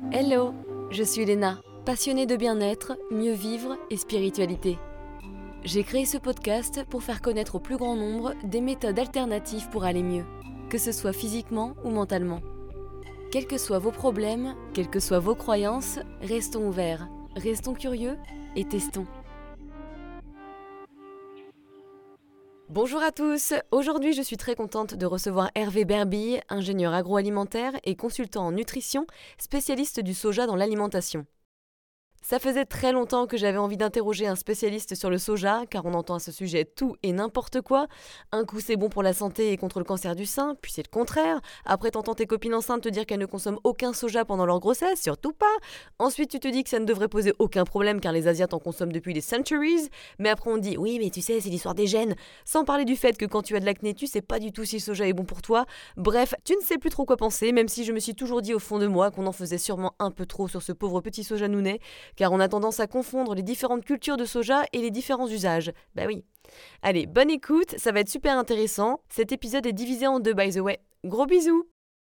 Hello, je suis Léna, passionnée de bien-être, mieux vivre et spiritualité. J'ai créé ce podcast pour faire connaître au plus grand nombre des méthodes alternatives pour aller mieux, que ce soit physiquement ou mentalement. Quels que soient vos problèmes, quelles que soient vos croyances, restons ouverts, restons curieux et testons. Bonjour à tous, aujourd'hui je suis très contente de recevoir Hervé Berbille, ingénieur agroalimentaire et consultant en nutrition, spécialiste du soja dans l'alimentation. Ça faisait très longtemps que j'avais envie d'interroger un spécialiste sur le soja, car on entend à ce sujet tout et n'importe quoi. Un coup c'est bon pour la santé et contre le cancer du sein, puis c'est le contraire. Après t'entends tes copines enceintes te dire qu'elles ne consomment aucun soja pendant leur grossesse, surtout pas. Ensuite tu te dis que ça ne devrait poser aucun problème car les Asiates en consomment depuis des centuries. Mais après on dit oui mais tu sais c'est l'histoire des gènes. Sans parler du fait que quand tu as de l'acné tu sais pas du tout si le soja est bon pour toi. Bref, tu ne sais plus trop quoi penser, même si je me suis toujours dit au fond de moi qu'on en faisait sûrement un peu trop sur ce pauvre petit soja nounet. Car on a tendance à confondre les différentes cultures de soja et les différents usages. Bah oui. Allez, bonne écoute, ça va être super intéressant. Cet épisode est divisé en deux, by the way. Gros bisous.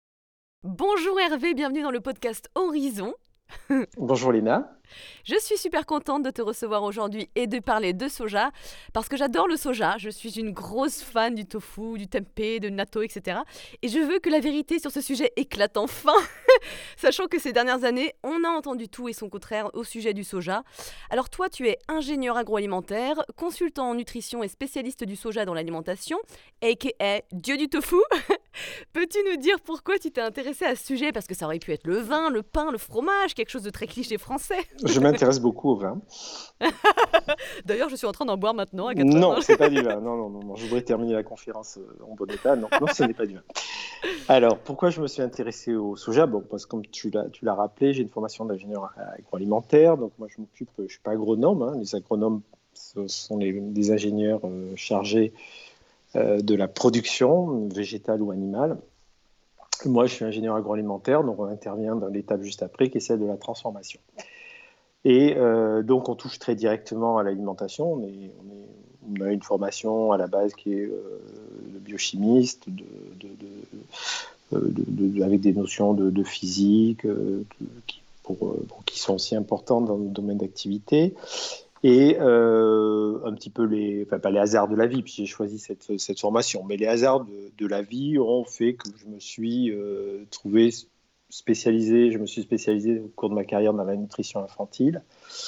Bonjour Hervé, bienvenue dans le podcast Horizon. Bonjour Léna. Je suis super contente de te recevoir aujourd'hui et de parler de soja parce que j'adore le soja. Je suis une grosse fan du tofu, du tempeh, de natto, etc. Et je veux que la vérité sur ce sujet éclate enfin, sachant que ces dernières années, on a entendu tout et son contraire au sujet du soja. Alors toi, tu es ingénieur agroalimentaire, consultant en nutrition et spécialiste du soja dans l'alimentation, aka Dieu du tofu. Peux-tu nous dire pourquoi tu t'es intéressé à ce sujet? Parce que ça aurait pu être le vin, le pain, le fromage, quelque chose de très cliché français. Je m'intéresse beaucoup au vin. D'ailleurs, je suis en train d'en boire maintenant à 4 Non, heures. c'est pas du vin. Non, non, non, non. Je voudrais terminer la conférence en bon état. Non, non, ce n'est pas du vin. Alors, pourquoi je me suis intéressé au soja? Bon, parce que comme tu l'as rappelé, j'ai une formation d'ingénieur agroalimentaire. Donc, moi, je suis pas agronome, hein. Les agronomes, ce sont des ingénieurs chargés de la production végétale ou animale. Moi, je suis ingénieur agroalimentaire, donc on intervient dans l'étape juste après, qui est celle de la transformation. Et donc, on touche très directement à l'alimentation. On a une formation à la base qui est de biochimiste, avec des notions de physique qui sont aussi importantes dans le domaine d'activité. Et un petit peu enfin pas les hasards de la vie, puis j'ai choisi cette formation, mais les hasards de la vie ont fait que je me suis je me suis spécialisé au cours de ma carrière dans la nutrition infantile.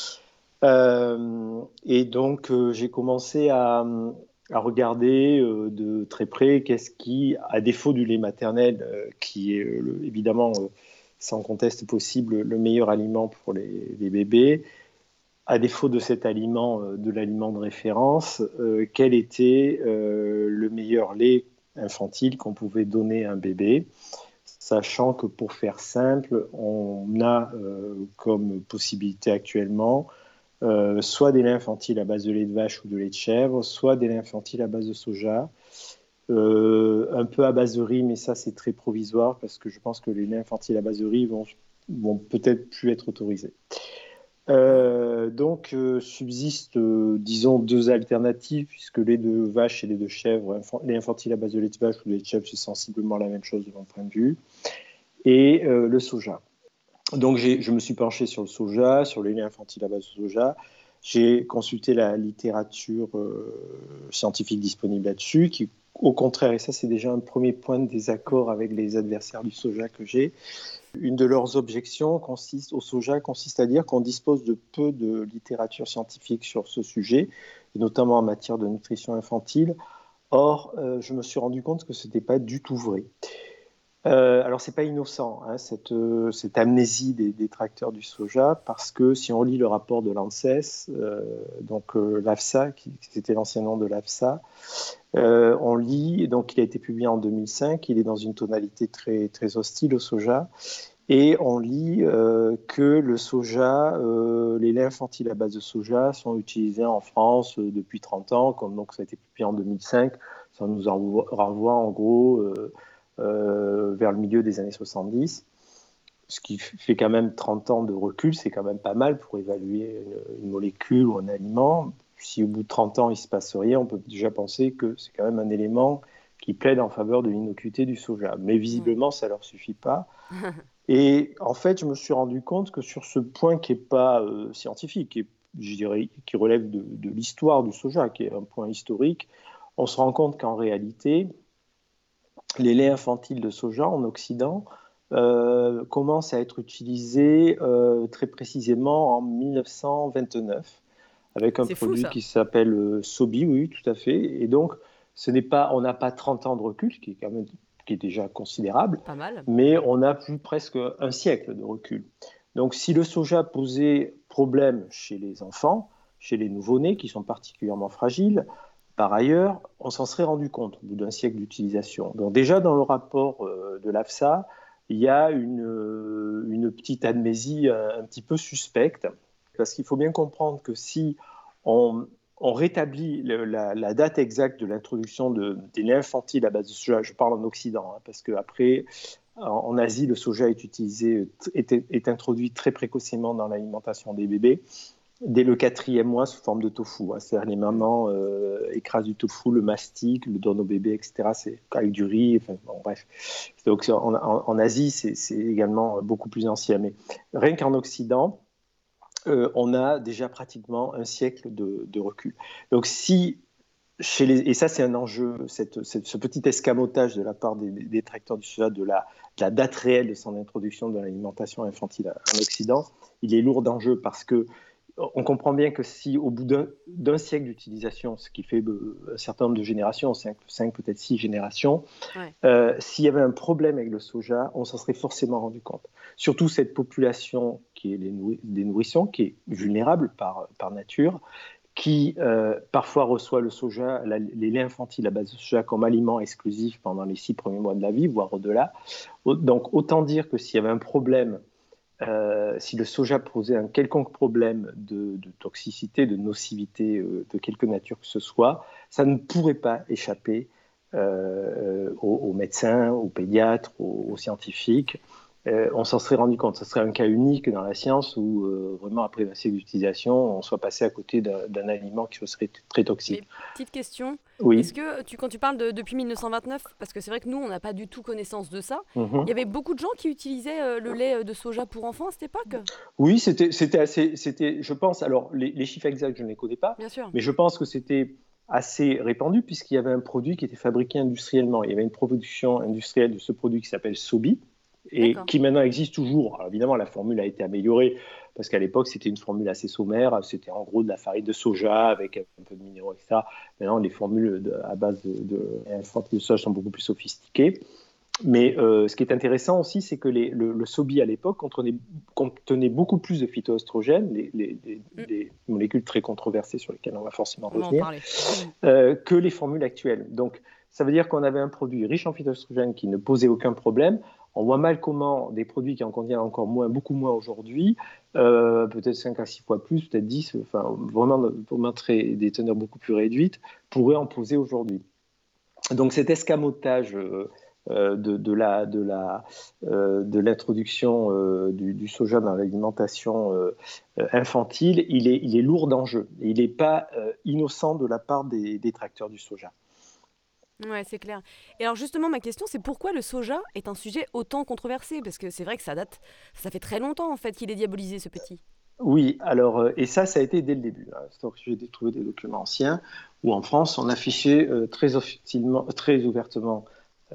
Et donc, j'ai commencé à regarder de très près qu'est-ce qui, à défaut du lait maternel, qui est évidemment, sans conteste possible, le meilleur aliment pour les bébés, à défaut de cet aliment, de l'aliment de référence, quel était le meilleur lait infantile qu'on pouvait donner à un bébé, sachant que pour faire simple, on a comme possibilité actuellement soit des laits infantiles à base de lait de vache ou de lait de chèvre, soit des laits infantiles à base de soja, un peu à base de riz, mais ça c'est très provisoire parce que je pense que les laits infantiles à base de riz vont peut-être plus être autorisés. Donc, subsistent, disons, deux alternatives, puisque lait de vache et lait de chèvre, lait infantile à base de lait de vache ou de lait de chèvre, c'est sensiblement la même chose de mon point de vue, et le soja. Donc, je me suis penché sur le soja, sur les laits infantiles à base de soja. J'ai consulté la littérature scientifique disponible là-dessus, qui, au contraire, et ça c'est déjà un premier point de désaccord avec les adversaires du soja que j'ai, une de leurs objections au soja consiste à dire qu'on dispose de peu de littérature scientifique sur ce sujet, et notamment en matière de nutrition infantile. Or, je me suis rendu compte que ce n'était pas du tout vrai. Alors, ce n'est pas innocent, hein, cette amnésie des détracteurs du soja, parce que si on lit le rapport de l'ANSES, donc l'AFSA, c'était l'ancien nom de l'AFSA, on lit, donc il a été publié en 2005, il est dans une tonalité très, très hostile au soja, et on lit que le soja, les laits infantiles à base de soja sont utilisés en France depuis 30 ans, comme donc ça a été publié en 2005, ça nous renvoie en gros vers le milieu des années 70, ce qui fait quand même 30 ans de recul, c'est quand même pas mal pour évaluer une molécule ou un aliment. Si au bout de 30 ans il ne se passe rien, on peut déjà penser que c'est quand même un élément qui plaident en faveur de l'innocuité du soja. Mais visiblement, ça ne leur suffit pas. Et en fait, je me suis rendu compte que sur ce point qui n'est pas scientifique, je dirais, qui relève de l'histoire du soja, qui est un point historique, on se rend compte qu'en réalité, les laits infantiles de soja en Occident commencent à être utilisés très précisément en 1929 avec un C'est fou produit ça. qui s'appelle Sobi, oui, tout à fait. Et donc, on n'a pas 30 ans de recul, qui est déjà considérable, Pas mal. mais on a plus presque un siècle de recul. Donc, si le soja posait problème chez les enfants, chez les nouveau-nés qui sont particulièrement fragiles, par ailleurs, on s'en serait rendu compte au bout d'un siècle d'utilisation. Donc déjà dans le rapport de l'AFSA, il y a une petite admésie un petit peu suspecte, parce qu'il faut bien comprendre que si on rétablit la date exacte de l'introduction des laits infantiles à base de soja, je parle en Occident, parce qu'après, en Asie, le soja est introduit très précocement dans l'alimentation des bébés dès le 4e mois sous forme de tofu. C'est-à-dire les mamans écrasent du tofu, le mastiquent, le donnent au bébé, etc. C'est avec du riz, enfin, bon, bref. Donc en Asie, c'est également beaucoup plus ancien. Mais rien qu'en Occident, on a déjà pratiquement un siècle de recul. Donc si et ça, c'est un enjeu, ce petit escamotage de la part des détracteurs du soja de la date réelle de son introduction dans l'alimentation infantile en Occident, il est lourd d'enjeux parce que on comprend bien que si au bout d'un siècle d'utilisation, ce qui fait un certain nombre de générations, 5 peut-être 6 générations, Ouais. s'il y avait un problème avec le soja, on s'en serait forcément rendu compte. Surtout cette population qui est des nourrissons, qui est vulnérable par nature, qui parfois reçoit le soja, les laits infantiles à base de soja comme aliment exclusif pendant les 6 premiers mois de la vie, voire au-delà. Donc autant dire que s'il y avait un problème, si le soja posait un quelconque problème de toxicité, de nocivité, de quelque nature que ce soit, ça ne pourrait pas échapper aux médecins, aux pédiatres, aux scientifiques. On s'en serait rendu compte. Ce serait un cas unique dans la science où, vraiment, après un siècle d'utilisation, on soit passé à côté d'un aliment qui serait très Mais toxique. petite question, Oui. est-ce que quand tu parles de depuis 1929, parce que c'est vrai que nous on n'a pas du tout connaissance de ça, il y Mhm. avait beaucoup de gens qui utilisaient le lait de soja pour enfants à cette époque? Oui, je pense, alors les chiffres exacts, je ne les connais pas, Bien sûr. mais je pense que c'était assez répandu puisqu'il y avait un produit qui était fabriqué industriellement. Il y avait une production industrielle de ce produit qui s'appelle Sobi et D'accord. qui maintenant existe toujours. Alors évidemment, la formule a été améliorée parce qu'à l'époque, c'était une formule assez sommaire. C'était en gros de la farine de soja avec un peu de minéraux, etc. Maintenant, les formules à base de soja sont beaucoup plus sophistiquées. Mais ce qui est intéressant aussi, c'est que le SOBI à l'époque contenait beaucoup plus de phytoestrogènes, Mm, des molécules très controversées sur lesquelles on va forcément on va en revenir, parler. que les formules actuelles. Donc ça veut dire qu'on avait un produit riche en phytoestrogènes qui ne posait aucun problème. On voit mal comment des produits qui en contiennent encore moins, beaucoup moins aujourd'hui, peut-être 5 à 6 fois plus, peut-être 10, enfin vraiment pour montrer des teneurs beaucoup plus réduites, pourraient en poser aujourd'hui. Donc cet escamotage de l'introduction du soja dans l'alimentation infantile, il est lourd d'enjeux. Il n'est pas innocent de la part des détracteurs du soja. Ouais, c'est clair. Et alors justement, ma question, c'est pourquoi le soja est un sujet autant controversé? Parce que c'est vrai que ça fait très longtemps en fait qu'il est diabolisé, ce petit. Oui, alors, et ça a été dès le début. Donc, j'ai trouvé des documents anciens où en France, on affichait très ouvertement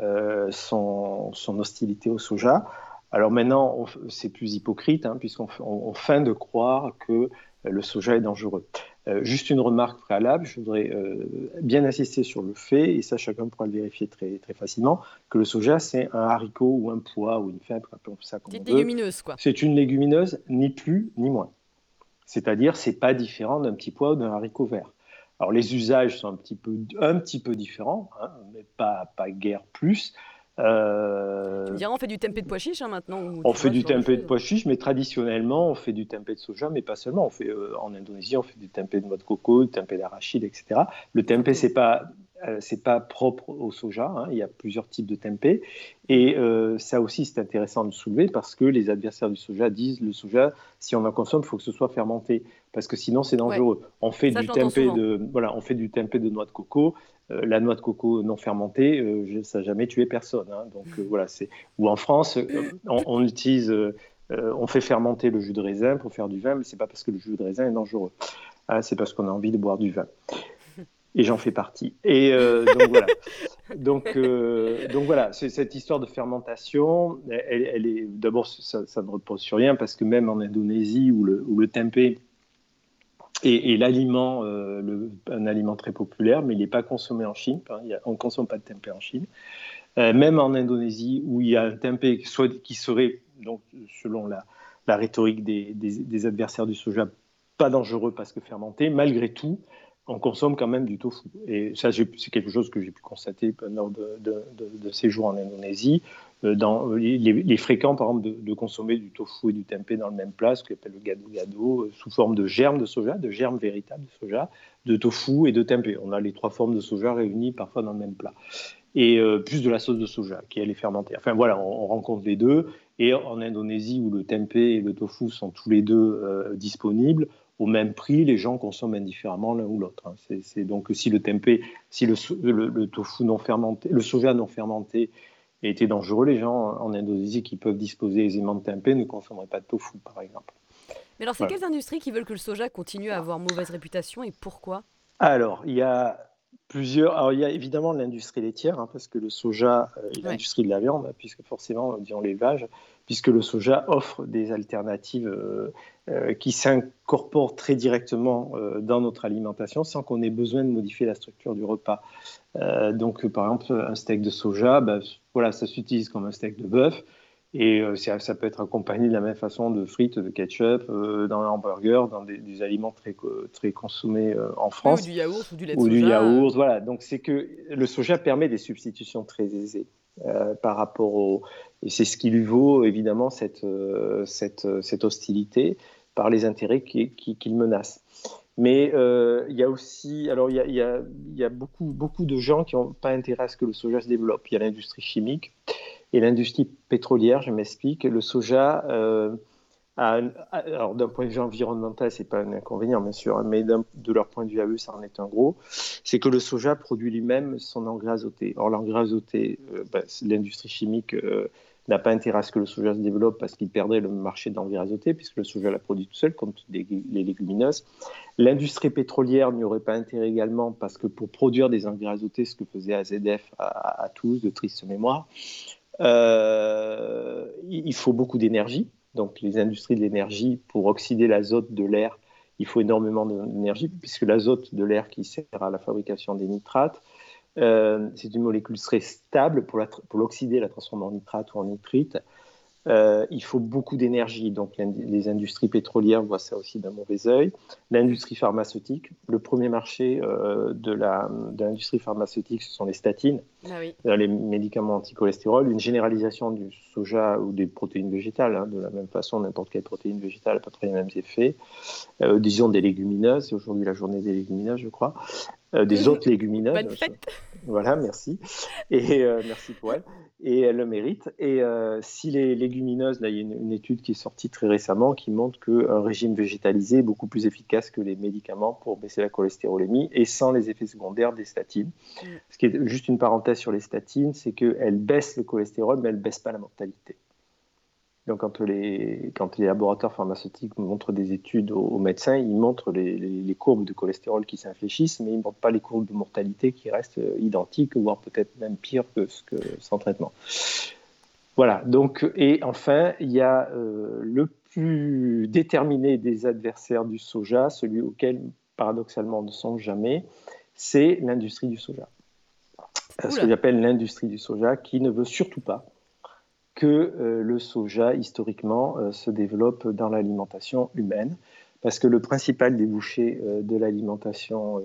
son hostilité au soja. Alors maintenant, c'est plus hypocrite, puisqu'on feint de croire que le soja est dangereux. Juste une remarque préalable, je voudrais bien insister sur le fait, et ça chacun pourra le vérifier très, très facilement, que le soja c'est un haricot ou un pois ou une fève, appelons ça comme on Petite veut. légumineuse, quoi. C'est une légumineuse, ni plus ni moins. C'est-à-dire, c'est pas différent d'un petit pois ou d'un haricot vert. Alors, les usages sont un petit peu différents, mais pas guère plus. Tu me Euh, diras, on fait du tempeh de pois chiche hein, maintenant, ou on tu fait vois, ce du genre de tempeh de choses. pois chiche, mais traditionnellement, on fait du tempeh de soja, mais pas seulement. En Indonésie, on fait du tempeh de noix de coco, du tempeh d'arachide, etc. Le tempeh, Exactement. c'est pas propre au soja. Il y a plusieurs types de tempeh. Mhm. Et ça aussi, c'est intéressant de soulever parce que les adversaires du soja disent le soja, si on en consomme, il faut que ce soit fermenté parce que sinon, c'est Ouais, dangereux. ça je l'entends souvent. On fait du tempeh de noix de coco. la noix de coco non fermentée, ça n'a jamais tué personne. Hein. Donc voilà, ou en France, on utilise, on fait fermenter le jus de raisin pour faire du vin, mais c'est pas parce que le jus de raisin est dangereux. Ah, c'est parce qu'on a envie de boire du vin. Et j'en fais partie. Et donc voilà. Donc voilà, cette histoire de fermentation, elle est d'abord ça ne repose sur rien parce que même en Indonésie où le tempeh est l'aliment, un aliment très populaire, mais il n'est pas consommé en Chine. Hein, on ne consomme pas de tempeh en Chine. Même en Indonésie où il y a un tempeh qui serait, donc, selon la rhétorique des adversaires du soja, pas dangereux parce que fermenté, malgré tout, on consomme quand même du tofu. Et ça, c'est quelque chose que j'ai pu constater pendant de séjours en Indonésie. Il est fréquent, par exemple, de consommer du tofu et du tempeh dans le même plat, ce qu'on appelle le gado-gado, sous forme de germes de soja, de germes véritables de soja, de tofu et de tempeh. On a les trois formes de soja réunies parfois dans le même plat. Et plus de la sauce de soja qui elle est fermentée. Enfin voilà, on rencontre les deux. Et en Indonésie où le tempeh et le tofu sont tous les deux disponibles au même prix, les gens consomment indifféremment l'un ou l'autre. Hein. Donc si le tempeh, si le tofu non fermenté, le soja non fermenté était dangereux, les gens en Indonésie qui peuvent disposer aisément de tempeh ne consommeraient pas de tofu, par exemple. Mais alors, c'est Voilà. quelles industries qui veulent que le soja continue à avoir mauvaise réputation et pourquoi? Alors, il y a plusieurs. Alors, il y a évidemment l'industrie laitière, hein, parce que le soja est Ouais. l'industrie de la viande, puisque forcément, disons l'élevage, puisque le soja offre des alternatives qui s'incorporent très directement dans notre alimentation sans qu'on ait besoin de modifier la structure du repas. Donc, par exemple, un steak de soja, voilà, ça s'utilise comme un steak de bœuf. Et ça peut être accompagné de la même façon de frites, de ketchup, dans un hamburger, dans des aliments très consommés en Oui, ou France, du yaourt ou du lait de ou du soja. yaourt. Voilà. Donc, c'est que le soja permet des substitutions très aisées par rapport au. Et c'est ce qui lui vaut, évidemment, cette hostilité par les intérêts qu'il menace. Mais il y a aussi, alors il y a beaucoup de gens qui n'ont pas intérêt à ce que le soja se développe. Il y a l'industrie chimique et l'industrie pétrolière. Je m'explique. Le soja, alors d'un point de vue environnemental, c'est pas un inconvénient bien sûr, hein, mais de leur point de vue à eux, ça en est un gros. C'est que le soja produit lui-même son engrais azoté. Or l'engrais azoté, l'industrie chimique n'a pas intérêt à ce que le soja se développe parce qu'il perdrait le marché de l'engrais azoté puisque le soja l'a produit tout seul, comme toutes les légumineuses. L'industrie pétrolière n'y aurait pas intérêt également parce que pour produire des engrais azotés, ce que faisait AZF à Toulouse, de triste mémoire, il faut beaucoup d'énergie. Donc les industries de l'énergie, pour oxyder l'azote de l'air, il faut énormément d'énergie, puisque l'azote de l'air qui sert à la fabrication des nitrates, c'est une molécule très stable pour l'oxyder, la transformer en nitrate ou en nitrite. Il faut beaucoup d'énergie, donc les industries pétrolières voient ça aussi d'un mauvais œil. L'industrie pharmaceutique, le premier marché de l'industrie pharmaceutique, ce sont les statines, Bah oui. les médicaments anti-cholestérol, une généralisation du soja ou des protéines végétales, hein, de la même façon, n'importe quelle protéine végétale n'a pas les mêmes effets. Disons des légumineuses, c'est aujourd'hui la journée des légumineuses, je crois. Des autres légumineuses. Bonne fête. Voilà, merci. Et merci pour elle. Et elle le mérite. Et si les légumineuses, là, il y a une étude qui est sortie très récemment qui montre qu'un régime végétalisé est beaucoup plus efficace que les médicaments pour baisser la cholestérolémie et sans les effets secondaires des statines. Ce qui est juste une parenthèse sur les statines, c'est qu'elles baissent le cholestérol, mais elles ne baissent pas la mortalité. Donc, quand les laboratoires pharmaceutiques montrent des études aux médecins, ils montrent les courbes de cholestérol qui s'infléchissent, mais ils ne montrent pas les courbes de mortalité qui restent identiques, voire peut-être même pires que sans traitement. Voilà. Donc, et enfin, il y a le plus déterminé des adversaires du soja, celui auquel, paradoxalement, on ne songe jamais, c'est l'industrie du soja. Ce que j'appelle l'industrie du soja, qui ne veut surtout pas que le soja, historiquement, se développe dans l'alimentation humaine, parce que le principal débouché de l'alimentation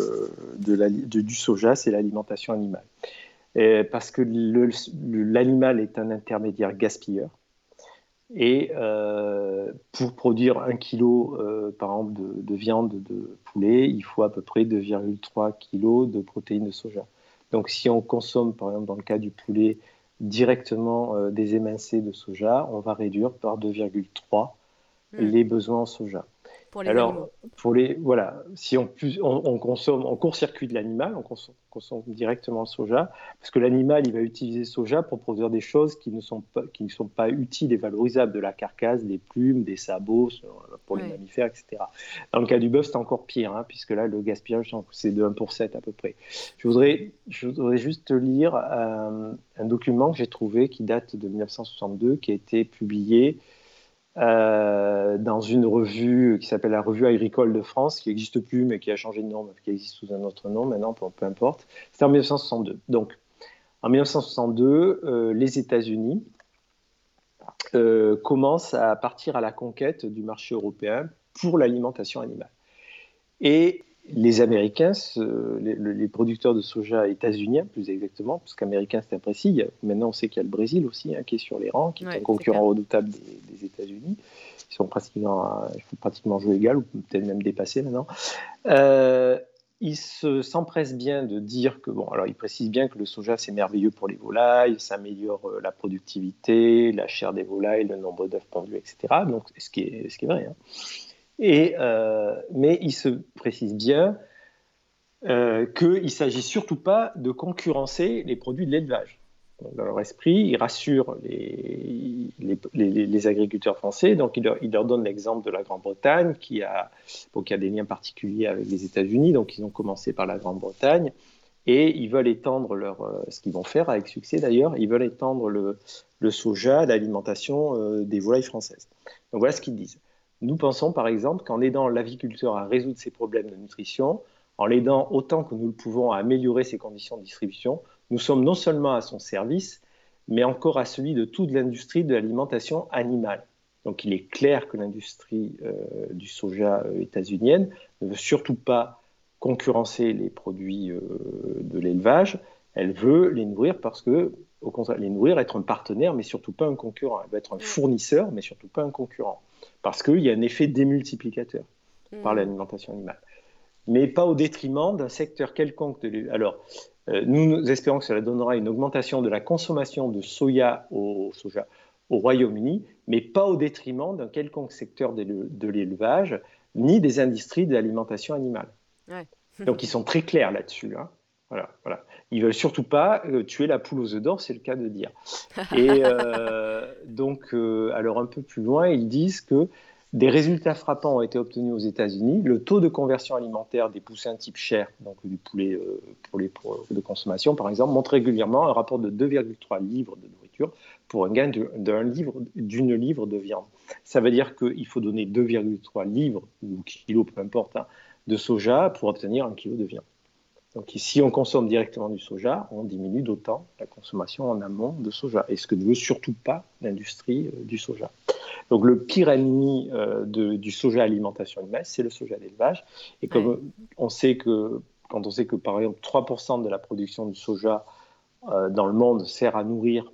du soja, c'est l'alimentation animale. Parce que l'animal est un intermédiaire gaspilleur. Et pour produire 1 kilo, par exemple, de viande de poulet, il faut à peu près 2,3 kg de protéines de soja. Donc si on consomme, par exemple, dans le cas du poulet, directement des émincés de soja, on va réduire par 2,3 les besoins en soja. pour les animaux. Alors, si on consomme, on court-circuite l'animal, on consomme directement le soja, parce que l'animal, il va utiliser le soja pour produire des choses qui ne sont pas utiles et valorisables, de la carcasse, des plumes, des sabots pour les Ouais. mammifères, etc. Dans le cas du bœuf, c'est encore pire, hein, puisque là, le gaspillage, c'est de 1 pour 7 à peu près. Je voudrais juste te lire un document que j'ai trouvé qui date de 1962, qui a été publié dans une revue qui s'appelle la Revue agricole de France, qui n'existe plus, mais qui a changé de nom, qui existe sous un autre nom maintenant, peu importe. C'était en 1962. Donc, en 1962, les États-Unis commencent à partir à la conquête du marché européen pour l'alimentation animale. Et les Américains, les producteurs de soja états-uniens, plus exactement, parce qu'américain c'est imprécis, maintenant on sait qu'il y a le Brésil aussi, hein, qui est sur les rangs, qui est un concurrent redoutable des États-Unis. Ils font pratiquement jouer égal, ou peut-être même dépasser maintenant. Ils s'empressent bien de dire que, alors ils précisent bien que le soja c'est merveilleux pour les volailles, ça améliore la productivité, la chair des volailles, le nombre d'œufs pondus, etc. Donc, ce qui est vrai, hein. Mais il se précise bien qu'il ne s'agit surtout pas de concurrencer les produits de l'élevage. Donc, dans leur esprit, ils rassurent les agriculteurs français. Donc, ils leur donnent l'exemple de la Grande-Bretagne, qui a des liens particuliers avec les États-Unis. Donc, ils ont commencé par la Grande-Bretagne. Et ils veulent étendre ce qu'ils vont faire avec succès d'ailleurs, ils veulent étendre le soja à l'alimentation des volailles françaises. Donc, voilà ce qu'ils disent. Nous pensons par exemple qu'en aidant l'aviculteur à résoudre ses problèmes de nutrition, en l'aidant autant que nous le pouvons à améliorer ses conditions de distribution, nous sommes non seulement à son service, mais encore à celui de toute l'industrie de l'alimentation animale. Donc il est clair que l'industrie du soja états-unienne ne veut surtout pas concurrencer les produits de l'élevage. Elle veut les nourrir parce que, au contraire, les nourrir, être un partenaire, mais surtout pas un concurrent. Elle veut être un fournisseur, mais surtout pas un concurrent. Parce qu'il y a un effet démultiplicateur par l'alimentation animale. Mais pas au détriment d'un secteur quelconque de l'élevage. Alors, nous espérons que cela donnera une augmentation de la consommation de soja au Royaume-Uni, mais pas au détriment d'un quelconque secteur de l'élevage, ni des industries de l'alimentation animale. Ouais. Donc, ils sont très clairs là-dessus, hein. Voilà. Ils ne veulent surtout pas tuer la poule aux œufs d'or, c'est le cas de dire. Et donc, alors un peu plus loin, ils disent que des résultats frappants ont été obtenus aux États-Unis. Le taux de conversion alimentaire des poussins type chair, donc du poulet de consommation par exemple, montre régulièrement un rapport de 2,3 livres de nourriture pour un gain d'une livre de viande. Ça veut dire qu'il faut donner 2,3 livres, ou kilos, peu importe, hein, de soja pour obtenir 1 kilo de viande. Donc, si on consomme directement du soja, on diminue d'autant la consommation en amont de soja. Et ce que ne veut surtout pas l'industrie du soja. Donc, le pire ennemi du soja alimentation animale, c'est le soja d'élevage. Et comme on sait que, quand on sait que, par exemple, 3% de la production du soja dans le monde sert à nourrir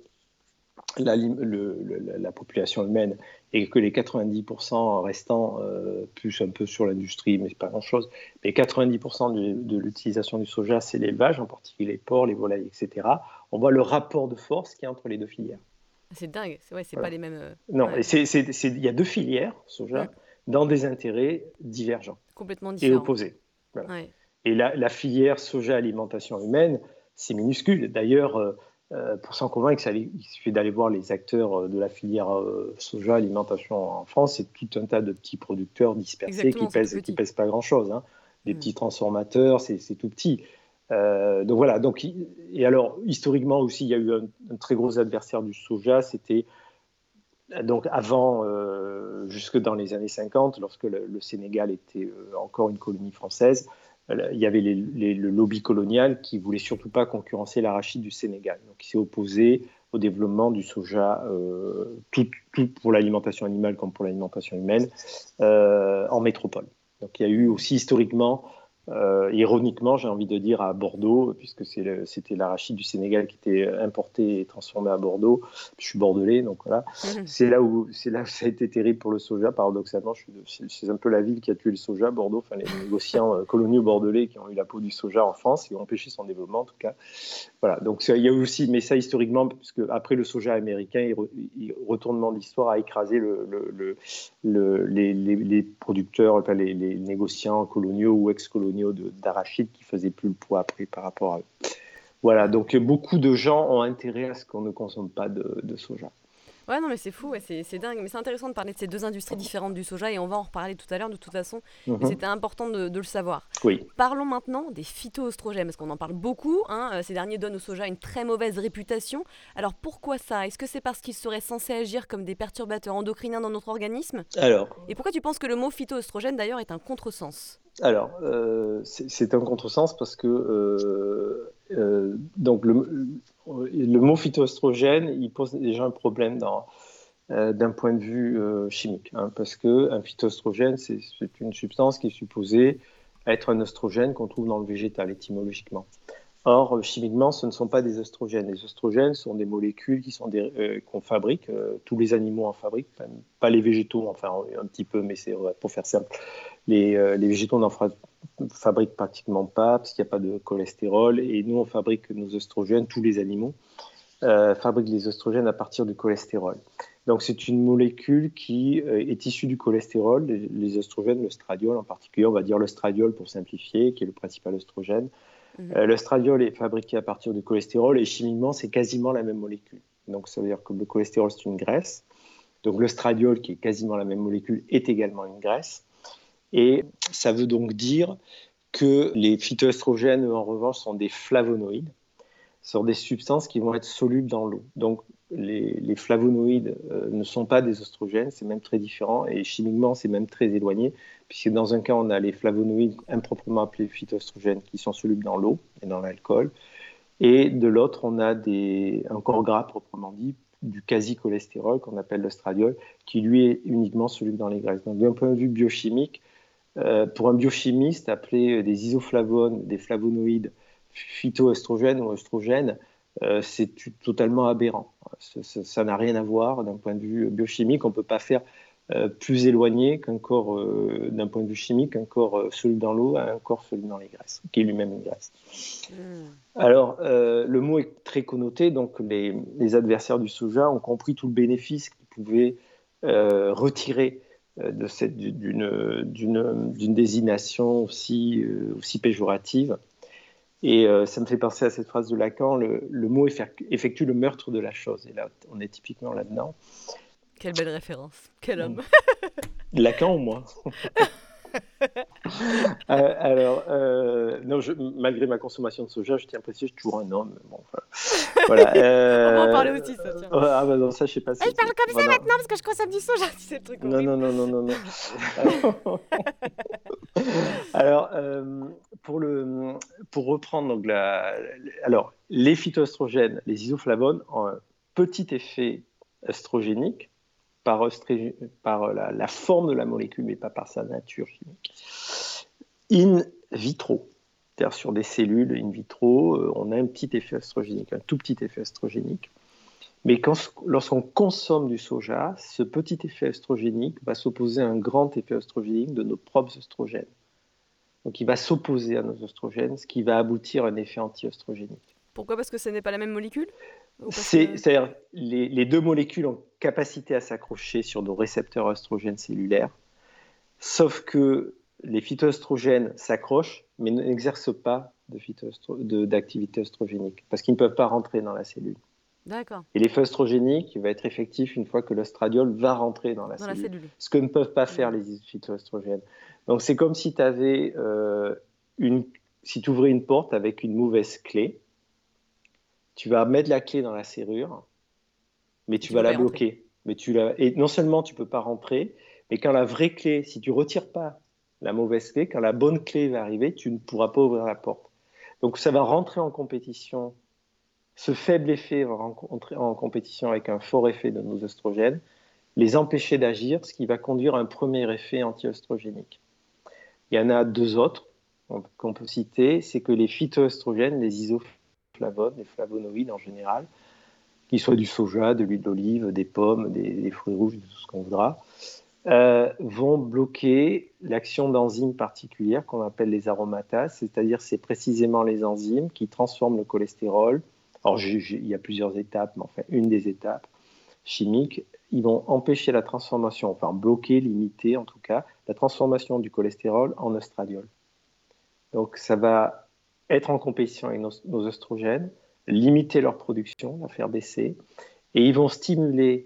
la population humaine et que les 90% restants, plus un peu sur l'industrie, mais c'est pas grand-chose, mais 90% de l'utilisation du soja, c'est l'élevage, en particulier les porcs, les volailles, etc. On voit le rapport de force qu'il y a entre les deux filières. C'est dingue, c'est pas les mêmes... Non, et il y a deux filières, soja, dans des intérêts divergents. Complètement et différents. opposés. Voilà. Et la filière soja alimentation humaine, c'est minuscule. D'ailleurs, pour s'en convaincre, il suffit d'aller voir les acteurs de la filière soja alimentation en France. C'est tout un tas de petits producteurs dispersés qui pèsent pas grand-chose, hein. Des petits transformateurs, c'est tout petit. Donc voilà. Et alors, historiquement aussi, il y a eu un très gros adversaire du soja, c'était donc avant, jusque dans les années 50, lorsque le Sénégal était encore une colonie française, il y avait le lobby colonial qui voulait surtout pas concurrencer l'arachide du Sénégal. Donc, il s'est opposé au développement du soja, tout pour l'alimentation animale comme pour l'alimentation humaine, en métropole. Donc, il y a eu aussi historiquement, ironiquement, j'ai envie de dire, à Bordeaux, puisque c'était l'arachide du Sénégal qui était importé et transformé à Bordeaux. Je suis bordelais, donc voilà. C'est là où ça a été terrible pour le soja, paradoxalement. C'est un peu la ville qui a tué le soja, Bordeaux, enfin les négociants coloniaux bordelais qui ont eu la peau du soja en France, qui ont empêché son développement en tout cas. Voilà, donc il y a aussi, mais ça historiquement, parce que après le soja américain, retournement d'histoire a écrasé les producteurs, enfin les négociants coloniaux ou ex-coloniaux d'arachide qui faisaient plus le poids après par rapport à eux. Voilà, donc beaucoup de gens ont intérêt à ce qu'on ne consomme pas de soja. Ouais, non, mais c'est fou, ouais, c'est dingue. Mais c'est intéressant de parler de ces deux industries différentes du soja et on va en reparler tout à l'heure de toute façon. Mais Mhm. c'était important de le savoir. Oui. Parlons maintenant des phytoestrogènes, parce qu'on en parle beaucoup. Ces derniers donnent au soja une très mauvaise réputation. Alors pourquoi ça? Est-ce que c'est parce qu'ils seraient censés agir comme des perturbateurs endocriniens dans notre organisme? Alors, Et pourquoi tu penses que le mot phytoestrogène d'ailleurs est un contresens? c'est un contresens parce que donc le mot phytoestrogène, il pose déjà un problème d'un point de vue chimique, hein, parce que un phytoestrogène, c'est une substance qui est supposée être un oestrogène qu'on trouve dans le végétal étymologiquement. Or, chimiquement, ce ne sont pas des oestrogènes. Les oestrogènes sont des molécules qu'on fabrique, tous les animaux en fabriquent, enfin, pas les végétaux, enfin un petit peu, mais c'est pour faire simple. Les végétaux n'en fabriquent pratiquement pas, parce qu'il n'y a pas de cholestérol, et nous, on fabrique nos oestrogènes, tous les animaux fabriquent les oestrogènes à partir du cholestérol. Donc, c'est une molécule qui est issue du cholestérol, les oestrogènes, le stradiol en particulier, on va dire le stradiol pour simplifier, qui est le principal oestrogène. Le stradiol est fabriqué à partir du cholestérol et chimiquement, c'est quasiment la même molécule. Donc, ça veut dire que le cholestérol, c'est une graisse. Donc, le stradiol, qui est quasiment la même molécule, est également une graisse. Et ça veut donc dire que les phytoestrogènes, en revanche, sont des flavonoïdes, sont des substances qui vont être solubles dans l'eau. Donc, les flavonoïdes ne sont pas des oestrogènes, c'est même très différent, et chimiquement, c'est même très éloigné, puisque dans un cas, on a les flavonoïdes improprement appelés phytoestrogènes qui sont solubles dans l'eau et dans l'alcool, et de l'autre, on a un corps gras proprement dit, du quasi-cholestérol qu'on appelle le stradiol, qui lui est uniquement soluble dans les graisses. Donc, d'un point de vue biochimique, pour un biochimiste, appeler des isoflavones, des flavonoïdes phytoestrogènes ou oestrogènes, c'est totalement aberrant. Ça n'a rien à voir d'un point de vue biochimique. On ne peut pas faire plus éloigné qu'un corps, d'un point de vue chimique, un corps soluble dans l'eau à un corps soluble dans les graisses, qui est lui-même une graisse. Alors, le mot est très connoté, donc les adversaires du soja ont compris tout le bénéfice qu'ils pouvaient retirer d'une désignation aussi péjorative. Et ça me fait penser à cette phrase de Lacan, le mot effectue le meurtre de la chose. Et là, on est typiquement là-dedans. Quelle belle référence. Quel homme. Lacan ou moi? Non, malgré ma consommation de soja, je tiens à préciser, je suis toujours un homme. Bon, voilà. On va en parler aussi, ça, tiens. Ah bah non, ça, je sais pas si... Je parle comme ça maintenant parce que je consomme du soja. C'est le truc horrible. Non. Alors, pour reprendre, donc, alors, les phytoestrogènes, les isoflavones, ont un petit effet œstrogénique par la forme de la molécule, mais pas par sa nature chimique. In vitro, c'est-à-dire sur des cellules in vitro, on a un petit effet œstrogénique, un tout petit effet œstrogénique. Mais lorsqu'on consomme du soja, ce petit effet œstrogénique va s'opposer à un grand effet œstrogénique de nos propres œstrogènes. Donc il va s'opposer à nos œstrogènes, ce qui va aboutir à un effet anti-œstrogénique. Pourquoi? Parce que ce n'est pas la même molécule? C'est-à-dire les deux molécules ont capacité à s'accrocher sur nos récepteurs œstrogènes cellulaires, sauf que les phytoestrogènes s'accrochent, mais n'exercent pas d'activité œstrogénique, parce qu'ils ne peuvent pas rentrer dans la cellule. D'accord. Et l'effet œstrogénique va être effectif une fois que l'œstradiol va rentrer dans la cellule. Ce que ne peuvent pas faire les phytoestrogènes. Donc c'est comme si tu avais si tu ouvrais une porte avec une mauvaise clé, tu vas mettre la clé dans la serrure, mais tu vas la bloquer. Et non seulement tu ne peux pas rentrer, mais quand la vraie clé, si tu ne retires pas la mauvaise clé, quand la bonne clé va arriver, tu ne pourras pas ouvrir la porte. Donc ça va rentrer en compétition. Ce faible effet va rentrer en compétition avec un fort effet de nos oestrogènes, les empêcher d'agir, ce qui va conduire à un premier effet anti-œstrogénique. Il y en a deux autres qu'on peut citer, c'est que les phytoestrogènes, les isoflavones, les flavonoïdes en général, qu'ils soient du soja, de l'huile d'olive, des pommes, des fruits rouges, de tout ce qu'on voudra, vont bloquer l'action d'enzymes particulières qu'on appelle les aromatases, c'est-à-dire c'est précisément les enzymes qui transforment le cholestérol Alors, il y a plusieurs étapes, mais enfin, une des étapes chimiques, ils vont empêcher la transformation, enfin bloquer, limiter en tout cas, la transformation du cholestérol en oestradiol. Donc, ça va être en compétition avec nos oestrogènes, limiter leur production, la faire baisser, et ils vont stimuler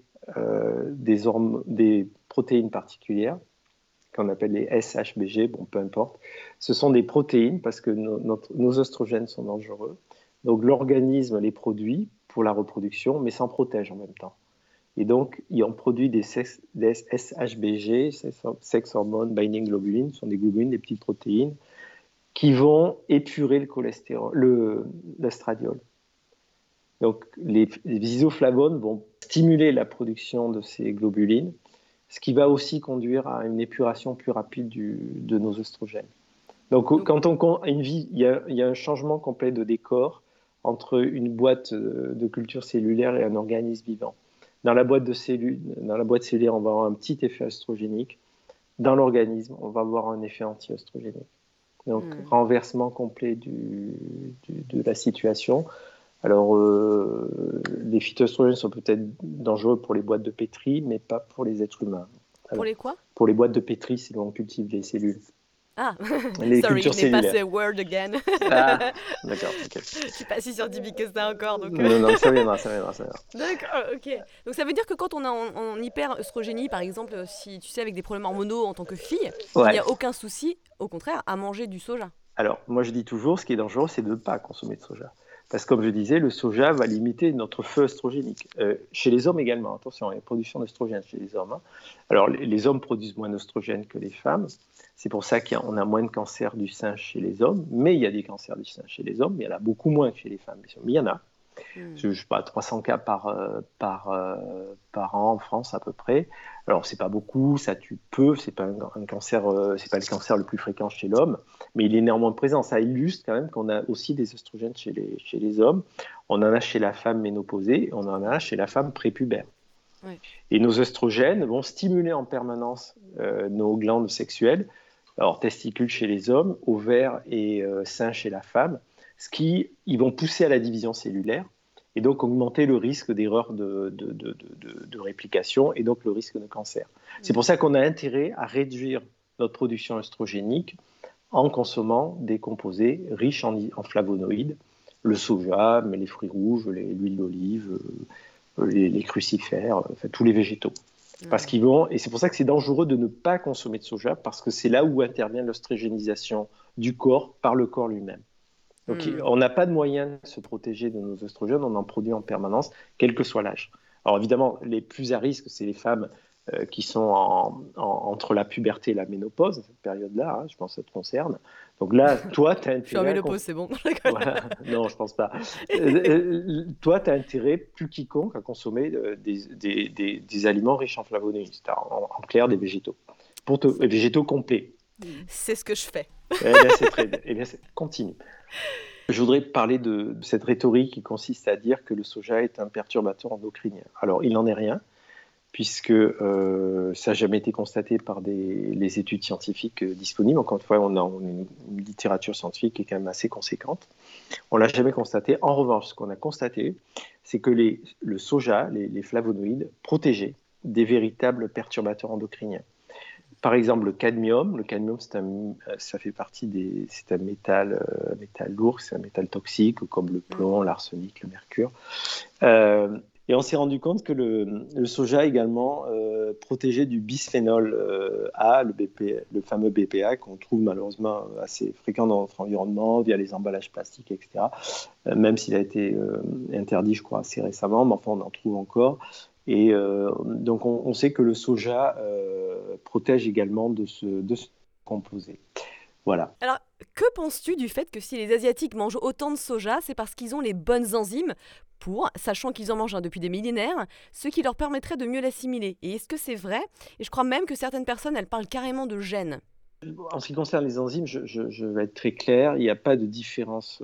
des protéines particulières qu'on appelle les SHBG, bon, peu importe. Ce sont des protéines parce que nos oestrogènes sont dangereux. Donc l'organisme les produit pour la reproduction, mais s'en protège en même temps. Et donc, on produit des SHBG, Sex Hormone Binding Globulin, ce sont des globulines, des petites protéines, qui vont épurer le cholestérol, l'estradiol. Donc, les isoflavones vont stimuler la production de ces globulines, ce qui va aussi conduire à une épuration plus rapide de nos oestrogènes. Donc, quand il y a un changement complet de décor entre une boîte de culture cellulaire et un organisme vivant. Dans la boîte cellulaire, on va avoir un petit effet œstrogénique. Dans l'organisme, on va avoir un effet anti-œstrogénique. Donc, renversement complet de la situation. Alors, les phytoestrogènes sont peut-être dangereux pour les boîtes de pétri, mais pas pour les êtres humains. Alors, pour les quoi? Pour les boîtes de pétri, c'est là où on cultive les cellules. Ah, les sorry, cultures je n'ai pas cellulaires. ce word again. Ah, d'accord, ok. Je suis pas si scientifique que ça encore, donc... Non, ça viendra. D'accord, ok. Donc ça veut dire que quand on est en hyper-œstrogénie, par exemple, si tu sais, avec des problèmes hormonaux en tant que fille, il n'y Ouais. a aucun souci, au contraire, à manger du soja. Alors, moi je dis toujours, ce qui est dangereux, c'est de ne pas consommer de soja. Parce que comme je disais, le soja va limiter notre feu œstrogénique. Chez les hommes également, attention, il y a une production d'œstrogène chez les hommes. Hein. Alors, les hommes produisent moins d'œstrogène que les femmes. C'est pour ça qu'on a moins de cancers du sein chez les hommes. Mais il y a des cancers du sein chez les hommes, mais il y en a beaucoup moins que chez les femmes. Mais il y en a. Je ne sais pas, 300 cas par an en France à peu près. Alors, c'est pas beaucoup, ça tue peu, c'est pas un cancer, c'est pas le cancer le plus fréquent chez l'homme, mais il est néanmoins présent. Ça illustre quand même qu'on a aussi des oestrogènes chez les hommes. On en a chez la femme ménopausée, on en a chez la femme prépubère. Ouais. Et nos oestrogènes vont stimuler en permanence nos glandes sexuelles, alors testicules chez les hommes, ovaires et seins chez la femme, ils vont pousser à la division cellulaire et donc augmenter le risque d'erreur de réplication et donc le risque de cancer. C'est pour ça qu'on a intérêt à réduire notre production œstrogénique en consommant des composés riches en flavonoïdes, le soja, mais les fruits rouges, l'huile d'olive, les crucifères, enfin, tous les végétaux. Parce qu'ils vont, et c'est pour ça que c'est dangereux de ne pas consommer de soja, parce que c'est là où intervient l'oestrogénisation du corps par le corps lui-même. Donc, on n'a pas de moyen de se protéger de nos oestrogènes, on en produit en permanence, quel que soit l'âge. Alors évidemment, les plus à risque, c'est les femmes qui sont entre la puberté et la ménopause, cette période-là, hein, je pense que ça te concerne. Donc là, toi, tu as intérêt... Je suis en ménopause, c'est bon. Voilà. Non, je pense pas. Toi, tu as intérêt, plus quiconque, à consommer des aliments riches en flavonoïdes, en clair, des végétaux. Des végétaux complets. C'est ce que je fais. Eh bien, c'est très bien. Eh bien, continue. Je voudrais parler de cette rhétorique qui consiste à dire que le soja est un perturbateur endocrinien. Alors, il n'en est rien, puisque ça n'a jamais été constaté par les études scientifiques disponibles. Encore une fois, on a une littérature scientifique qui est quand même assez conséquente. On ne l'a jamais constaté. En revanche, ce qu'on a constaté, c'est que le soja, les flavonoïdes, protégeaient des véritables perturbateurs endocriniens. Par exemple, le cadmium, ça fait partie c'est un métal lourd, c'est un métal toxique, comme le plomb, l'arsenic, le mercure. Et on s'est rendu compte que le soja également protégeait du bisphénol A, le fameux BPA, qu'on trouve malheureusement assez fréquent dans notre environnement, via les emballages plastiques, etc. Même s'il a été interdit, je crois, assez récemment, mais enfin, on en trouve encore. Et donc, on sait que le soja protège également de ce composé. Voilà. Alors, que penses-tu du fait que si les Asiatiques mangent autant de soja, c'est parce qu'ils ont les bonnes enzymes sachant qu'ils en mangent depuis des millénaires, ce qui leur permettrait de mieux l'assimiler? Et est-ce que c'est vrai? Et je crois même que certaines personnes, elles parlent carrément de gènes. En ce qui concerne les enzymes, je vais être très clair, il n'y a pas de différence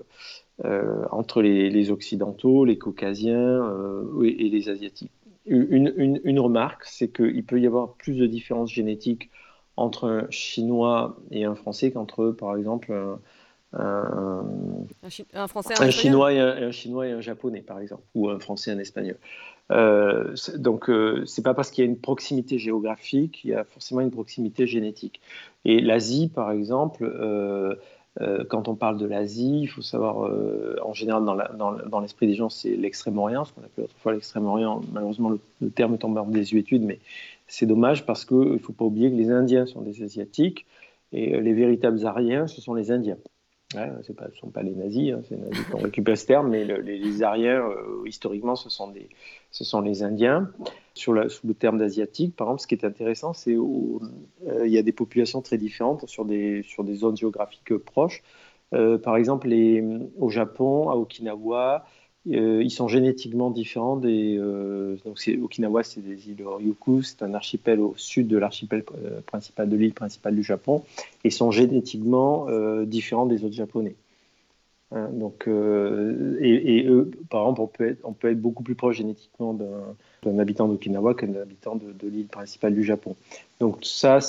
entre les Occidentaux, les Caucasiens et les Asiatiques. Une remarque, c'est qu'il peut y avoir plus de différences génétiques entre un Chinois et un Français qu'entre, par exemple, un, Un Français, un un Espagnol? Chinois un Chinois et un Japonais, par exemple, ou un Français et un Espagnol. Donc, c'est pas parce qu'il y a une proximité géographique qu'il y a forcément une proximité génétique. Et l'Asie, par exemple, quand on parle de l'Asie, il faut savoir, en général, dans l'esprit des gens, c'est l'Extrême-Orient, ce qu'on appelait autrefois l'Extrême-Orient. Malheureusement, le terme tombe en désuétude, mais c'est dommage parce qu'il ne faut pas oublier que les Indiens sont des Asiatiques et les véritables Aryens, ce sont les Indiens. Ouais, ce ne sont pas les nazis, hein, c'est les nazis qui ont récupéré ce terme, mais les Aryens, historiquement, ce sont les Indiens. Sous le terme d'asiatique, par exemple, ce qui est intéressant, c'est qu'il y a des populations très différentes sur des zones géographiques proches. Par exemple, au Japon, à Okinawa, ils sont génétiquement différents donc Okinawa, c'est des îles Ryukyu, c'est un archipel au sud de l'archipel principal de l'île principale du Japon, et sont génétiquement différents des autres Japonais. Hein, donc, et eux, par exemple, on peut être beaucoup plus proche génétiquement d'un habitant d'Okinawa qu'un habitant de l'île principale du Japon. Donc ça,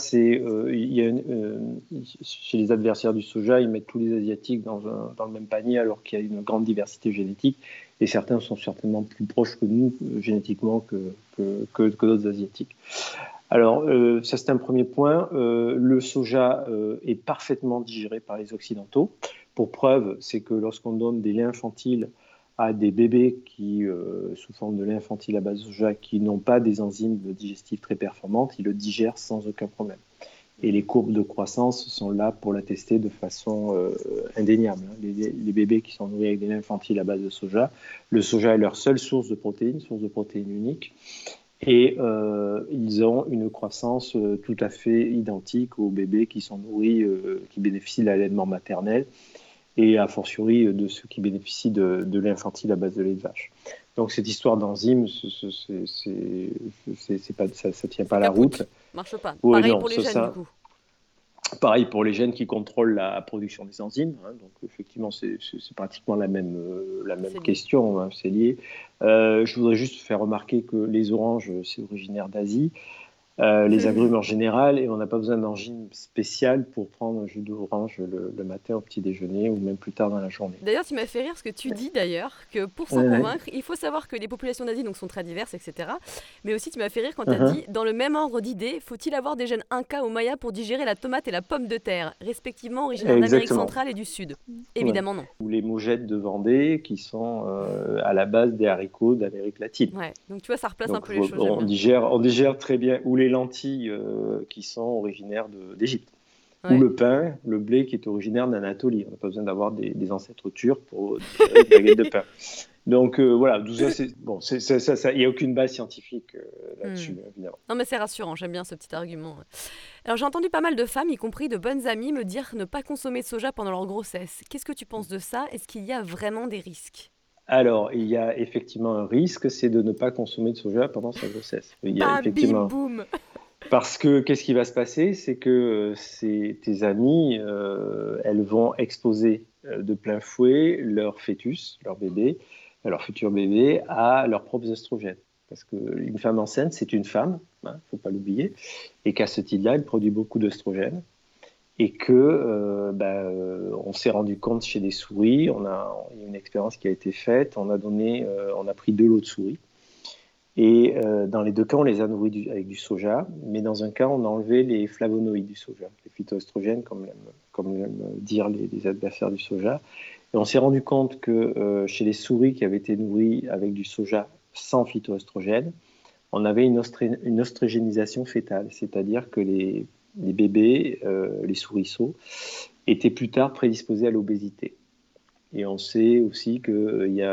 chez les adversaires du soja, ils mettent tous les Asiatiques dans le même panier alors qu'il y a une grande diversité génétique et certains sont certainement plus proches que nous génétiquement que d'autres Asiatiques. Alors, ça c'est un premier point. Le soja est parfaitement digéré par les Occidentaux. Pour preuve, c'est que lorsqu'on donne des laits infantiles à des bébés sous forme de lait infantile à base de soja, qui n'ont pas des enzymes digestives très performantes, ils le digèrent sans aucun problème. Et les courbes de croissance sont là pour l'attester de façon indéniable. Les bébés qui sont nourris avec des laits infantiles à base de soja, le soja est leur seule source de protéines unique. Et ils ont une croissance tout à fait identique aux bébés qui sont nourris, qui bénéficient de l'allaitement maternel, et a fortiori de ceux qui bénéficient de lait infantile à base de lait de vache. Donc cette histoire d'enzymes, ça tient C'est pas la route. capoute, marche pas. Oui, Pareil non, pour les gènes, du coup. pareil pour les gènes qui contrôlent la production des enzymes. Hein, donc effectivement, c'est pratiquement la même C'est lié. question, hein, c'est lié. Je voudrais juste faire remarquer que les oranges, c'est originaire d'Asie. Les agrumes en général, et on n'a pas besoin d'enzymes spéciales pour prendre un jus d'orange le matin au petit déjeuner ou même plus tard dans la journée. D'ailleurs, tu m'as fait rire ce que tu dis d'ailleurs, que pour s'en Ouais. convaincre, il faut savoir que les populations d'Asie donc, sont très diverses, etc. Mais aussi, tu m'as fait rire quand tu as Uh-huh. dit, dans le même ordre d'idées, faut-il avoir des gènes Inca ou Maya pour digérer la tomate et la pomme de terre, respectivement originaires d'Amérique Exactement. centrale et du Sud? Ouais. Évidemment non. Ou les mougettes de Vendée qui sont à la base des haricots d'Amérique latine. Ouais, donc tu vois, ça replace un Donc peu les choses, j'aime bien. on digère très bien, ou les lentilles qui sont originaires d'Égypte, ou Ouais. le pain, le blé qui est originaire d'Anatolie. On n'a pas besoin d'avoir des ancêtres turcs pour digérer une baguette de pain. Donc voilà, tout ça, bon, il n'y a aucune base scientifique Hmm. là-dessus, évidemment. Non mais c'est rassurant, j'aime bien ce petit argument. Alors j'ai entendu pas mal de femmes, y compris de bonnes amies, me dire ne pas consommer de soja pendant leur grossesse. Qu'est-ce que tu penses de ça? Est-ce qu'il y a vraiment des risques? Alors, il y a effectivement un risque, c'est de ne pas consommer de soja pendant sa grossesse. Il y a Bam, bim, effectivement. boum. Parce que qu'est-ce qui va se passer? C'est que tes amies, elles vont exposer de plein fouet leur fœtus, leur futur bébé, à leurs propres oestrogènes. Parce qu'une femme enceinte, c'est une femme, il ne faut pas l'oublier, et qu'à ce titre-là, elle produit beaucoup d'oestrogènes. Et que on s'est rendu compte chez des souris, il y a une expérience qui a été faite, on a pris 2 lots de souris et dans les 2 cas, on les a nourris avec du soja, mais dans un cas, on a enlevé les flavonoïdes du soja, les phytoestrogènes, comme l'aiment dire les adversaires du soja. Et on s'est rendu compte que chez les souris qui avaient été nourries avec du soja sans phytoestrogènes, on avait une oestrogénisation fétale, c'est-à-dire que les bébés, les souriceaux, étaient plus tard prédisposés à l'obésité. Et on sait aussi que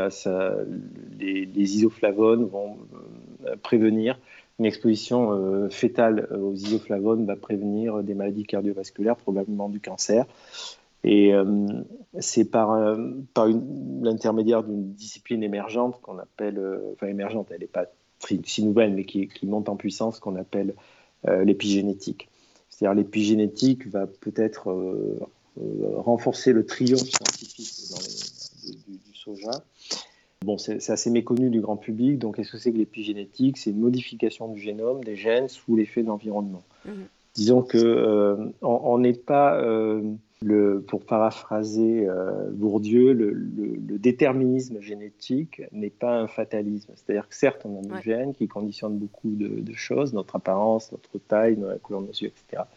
les isoflavones vont prévenir une exposition fétale aux isoflavones, va prévenir des maladies cardiovasculaires, probablement du cancer. Et c'est par l'intermédiaire d'une discipline émergente qu'on appelle, enfin émergente, elle n'est pas si nouvelle, mais qui monte en puissance, qu'on appelle l'épigénétique. C'est-à-dire l'épigénétique va peut-être renforcer le triomphe scientifique du soja. Bon, c'est assez méconnu du grand public. Donc, qu'est-ce que c'est que l'épigénétique? C'est une modification du génome, des gènes, sous l'effet de l'environnement. Mhm. Disons que on n'est pas Pour paraphraser Bourdieu, le déterminisme génétique n'est pas un fatalisme. C'est-à-dire que certes, on a nos gènes qui conditionnent beaucoup de choses, notre apparence, notre taille, la couleur de nos yeux, etc.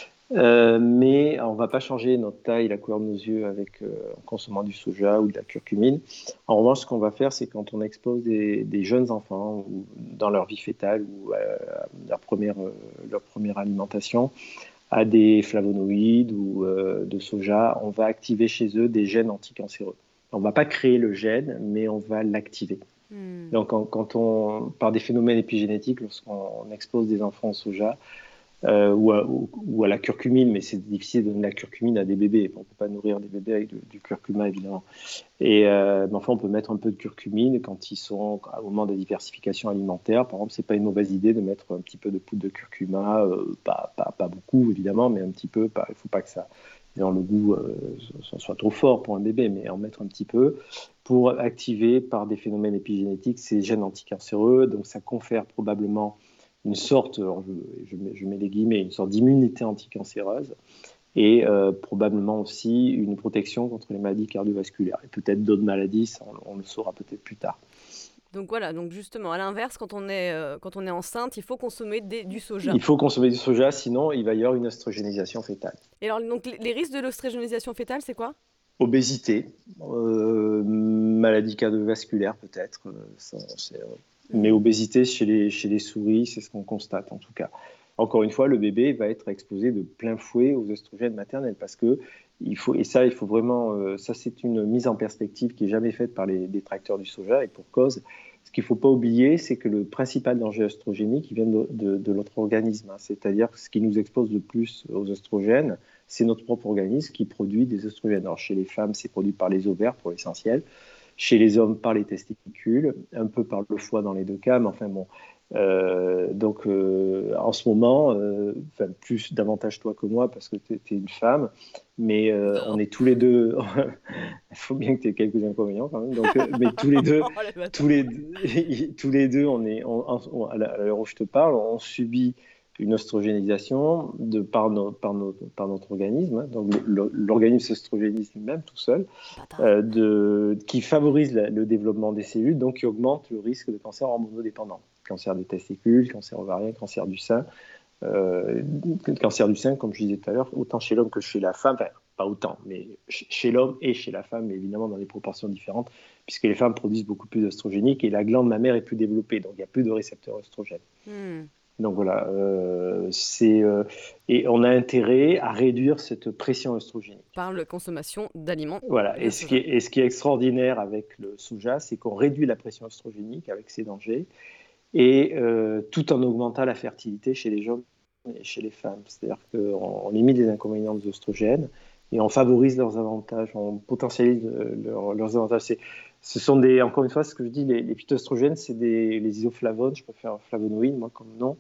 Mais on ne va pas changer notre taille, la couleur de nos yeux en consommant du soja ou de la curcumine. En revanche, ce qu'on va faire, c'est quand on expose des jeunes enfants ou dans leur vie fœtale ou leur première alimentation à des flavonoïdes ou de soja, on va activer chez eux des gènes anticancéreux. On ne va pas créer le gène, mais on va l'activer. Donc, par des phénomènes épigénétiques, lorsqu'on expose des enfants au soja, ou à la curcumine, mais c'est difficile de donner la curcumine à des bébés. On ne peut pas nourrir des bébés avec du curcuma, évidemment. Mais enfin, on peut mettre un peu de curcumine quand ils sont au moment de la diversification alimentaire. Par exemple, ce n'est pas une mauvaise idée de mettre un petit peu de poudre de curcuma, pas beaucoup, évidemment, mais un petit peu. Il ne faut pas que ça, dans le goût, soit trop fort pour un bébé, mais en mettre un petit peu pour activer par des phénomènes épigénétiques ces gènes anticancéreux. Donc, ça confère probablement une sorte, je mets les guillemets, une sorte d'immunité anticancéreuse et probablement aussi une protection contre les maladies cardiovasculaires et peut-être d'autres maladies, ça, on le saura peut-être plus tard. Donc voilà, donc justement, à l'inverse, quand on est enceinte, il faut consommer du soja. Il faut consommer du soja, sinon il va y avoir une oestrogénisation fœtale. Et alors, donc, les risques de l'oestrogénisation fœtale, c'est quoi ? Obésité, maladie cardiovasculaire peut-être, mais obésité chez les souris, c'est ce qu'on constate en tout cas. Encore une fois, le bébé va être exposé de plein fouet aux oestrogènes maternels parce que il faut vraiment, ça c'est une mise en perspective qui est jamais faite par les détracteurs du soja et pour cause. Ce qu'il ne faut pas oublier, c'est que le principal danger oestrogénique vient de notre organisme, c'est-à-dire que ce qui nous expose le plus aux oestrogènes, c'est notre propre organisme qui produit des oestrogènes. Alors chez les femmes, c'est produit par les ovaires pour l'essentiel. Chez les hommes, par les testicules, un peu par le foie dans les deux cas, mais enfin bon. En ce moment, plus davantage toi que moi parce que tu es une femme, mais on est tous les deux. Il faut bien que tu aies quelques inconvénients quand même. Mais tous les deux, tous les deux, à l'heure où je te parle, on subit une oestrogénisation par notre organisme. Donc l'organisme s'oestrogénise lui-même tout seul, qui favorise le développement des cellules, donc qui augmente le risque de cancer hormonodépendant. Cancer des testicules, cancer ovarien, cancer du sein. Cancer du sein, comme je disais tout à l'heure, autant chez l'homme que chez la femme, enfin, pas autant, mais chez l'homme et chez la femme, mais évidemment dans des proportions différentes, puisque les femmes produisent beaucoup plus d'oestrogéniques et la glande mammaire est plus développée, donc il n'y a plus de récepteurs œstrogènes. Donc voilà, et on a intérêt à réduire cette pression œstrogénique. Par la consommation d'aliments. Voilà, et ce qui est extraordinaire avec le soja, c'est qu'on réduit la pression œstrogénique avec ses dangers, et tout en augmentant la fertilité chez les hommes et chez les femmes. C'est-à-dire qu'on limite les inconvénients des oestrogènes et on favorise leurs avantages, on potentialise leurs avantages. Ce sont encore une fois, ce que je dis, les phytoestrogènes, c'est les isoflavones, je préfère flavonoïdes, moi, comme nom.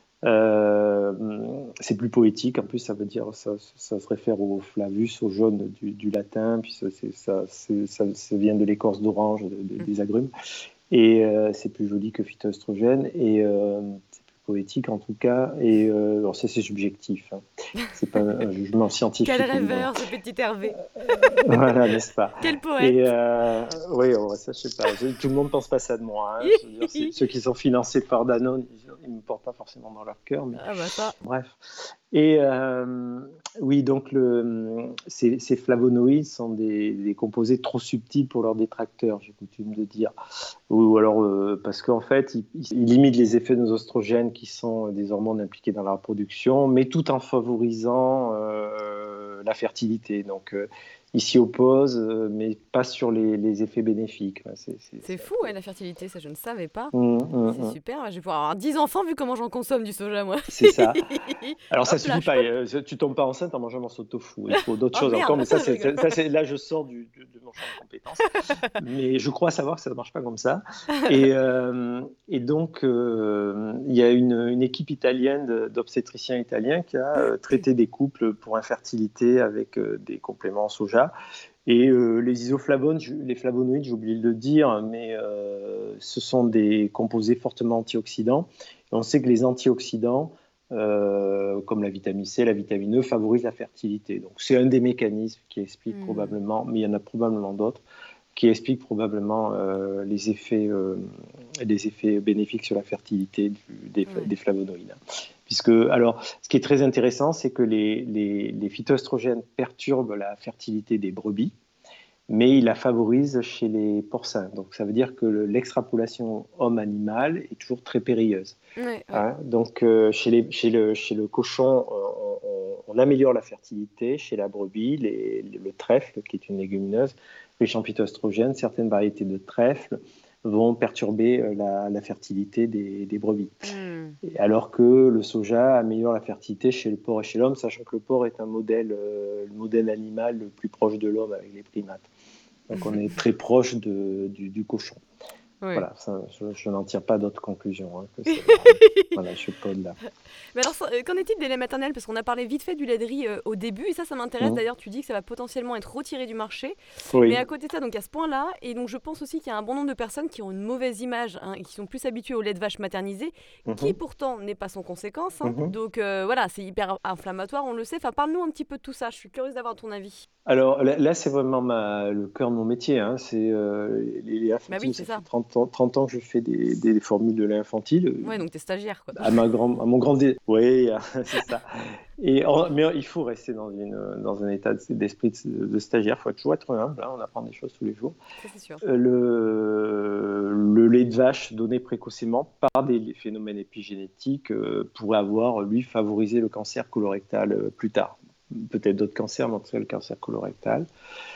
C'est plus poétique, en plus, ça veut dire, ça se réfère au flavus, au jaune du latin, puis ça vient de l'écorce d'orange, des agrumes. Et c'est plus joli que phytoestrogène et c'est plus poétique en tout cas. Et alors ça c'est subjectif, hein. C'est pas un jugement scientifique. Quel rêveur ce petit Hervé. Voilà, n'est-ce pas? Quel poète. Et oui, ça je sais pas. Tout le monde pense pas ça de moi. Hein. Je veux dire, ceux qui sont financés par Danone, ils ne me portent pas forcément dans leur cœur. Mais... Ah bah ça. Bref. Et oui, donc ces flavonoïdes sont des composés trop subtils pour leurs détracteurs, j'ai coutume de dire. Ou alors parce qu'en fait, ils limitent les effets de nos oestrogènes qui sont des hormones impliquées dans la reproduction, mais tout en favorisant la fertilité. Donc, ils s'y opposent, mais pas sur les effets bénéfiques. C'est fou, la fertilité, ça je ne savais pas. C'est super, je vais pouvoir avoir 10 enfants vu comment j'en consomme du soja, moi. C'est ça. Alors ça suffit pas, tu tombes pas enceinte en mangeant un morceau de tofu. Il faut d'autres choses encore, mais là je sors de mon champ de compétences. Mais je crois savoir que ça ne marche pas comme ça. Et donc, il y a une équipe italienne d'obstétriciens italiens qui a traité des couples pour infertilité avec des compléments soja. Et les isoflavones, les flavonoïdes, j'ai oublié de le dire, mais ce sont des composés fortement antioxydants. Et on sait que les antioxydants comme la vitamine C, la vitamine E, favorisent la fertilité. Donc c'est un des mécanismes qui explique probablement, mais il y en a probablement d'autres, qui expliquent probablement les effets bénéfiques sur la fertilité des flavonoïdes. Puisque, alors, ce qui est très intéressant, c'est que les phytoestrogènes perturbent la fertilité des brebis, mais ils la favorisent chez les porcins. Donc ça veut dire que l'extrapolation homme-animal est toujours très périlleuse. Ouais. Hein, donc chez le cochon, on améliore la fertilité. Chez la brebis, le trèfle, qui est une légumineuse, les champs phytoestrogènes, certaines variétés de trèfle vont perturber la fertilité des brebis. Et alors que le soja améliore la fertilité chez le porc et chez l'homme, sachant que le porc est le modèle animal le plus proche de l'homme avec les primates. Donc on est très proche du cochon. Ouais. Voilà, je n'en tire pas d'autres conclusions. Hein, voilà, je pose là. Mais alors, qu'en est-il des laits maternels? Parce qu'on a parlé vite fait du lait de riz au début, et ça m'intéresse. D'ailleurs, tu dis que ça va potentiellement être retiré du marché. Oui. Mais à côté de ça, donc à ce point-là, et donc je pense aussi qu'il y a un bon nombre de personnes qui ont une mauvaise image et qui sont plus habituées au lait de vache maternisé, qui pourtant n'est pas sans conséquence. Donc voilà, c'est hyper inflammatoire, on le sait. Enfin, parle-nous un petit peu de tout ça. Je suis curieuse d'avoir ton avis. Alors là, c'est vraiment le cœur de mon métier. Hein. C'est les infantiles. Bah oui, c'est ça. Fait 30 ans que je fais des formules de lait infantile. Ouais, donc t'es stagiaire, quoi. À mon grand oui, c'est ça. Mais il faut rester dans un état d'esprit de stagiaire. Il faut toujours être humble. Hein. On apprend des choses tous les jours. Ça, c'est sûr. Le lait de vache donné précocement par des phénomènes épigénétiques pourrait avoir, lui, favorisé le cancer colorectal plus tard. Peut-être d'autres cancers, mais en tout cas le cancer colorectal.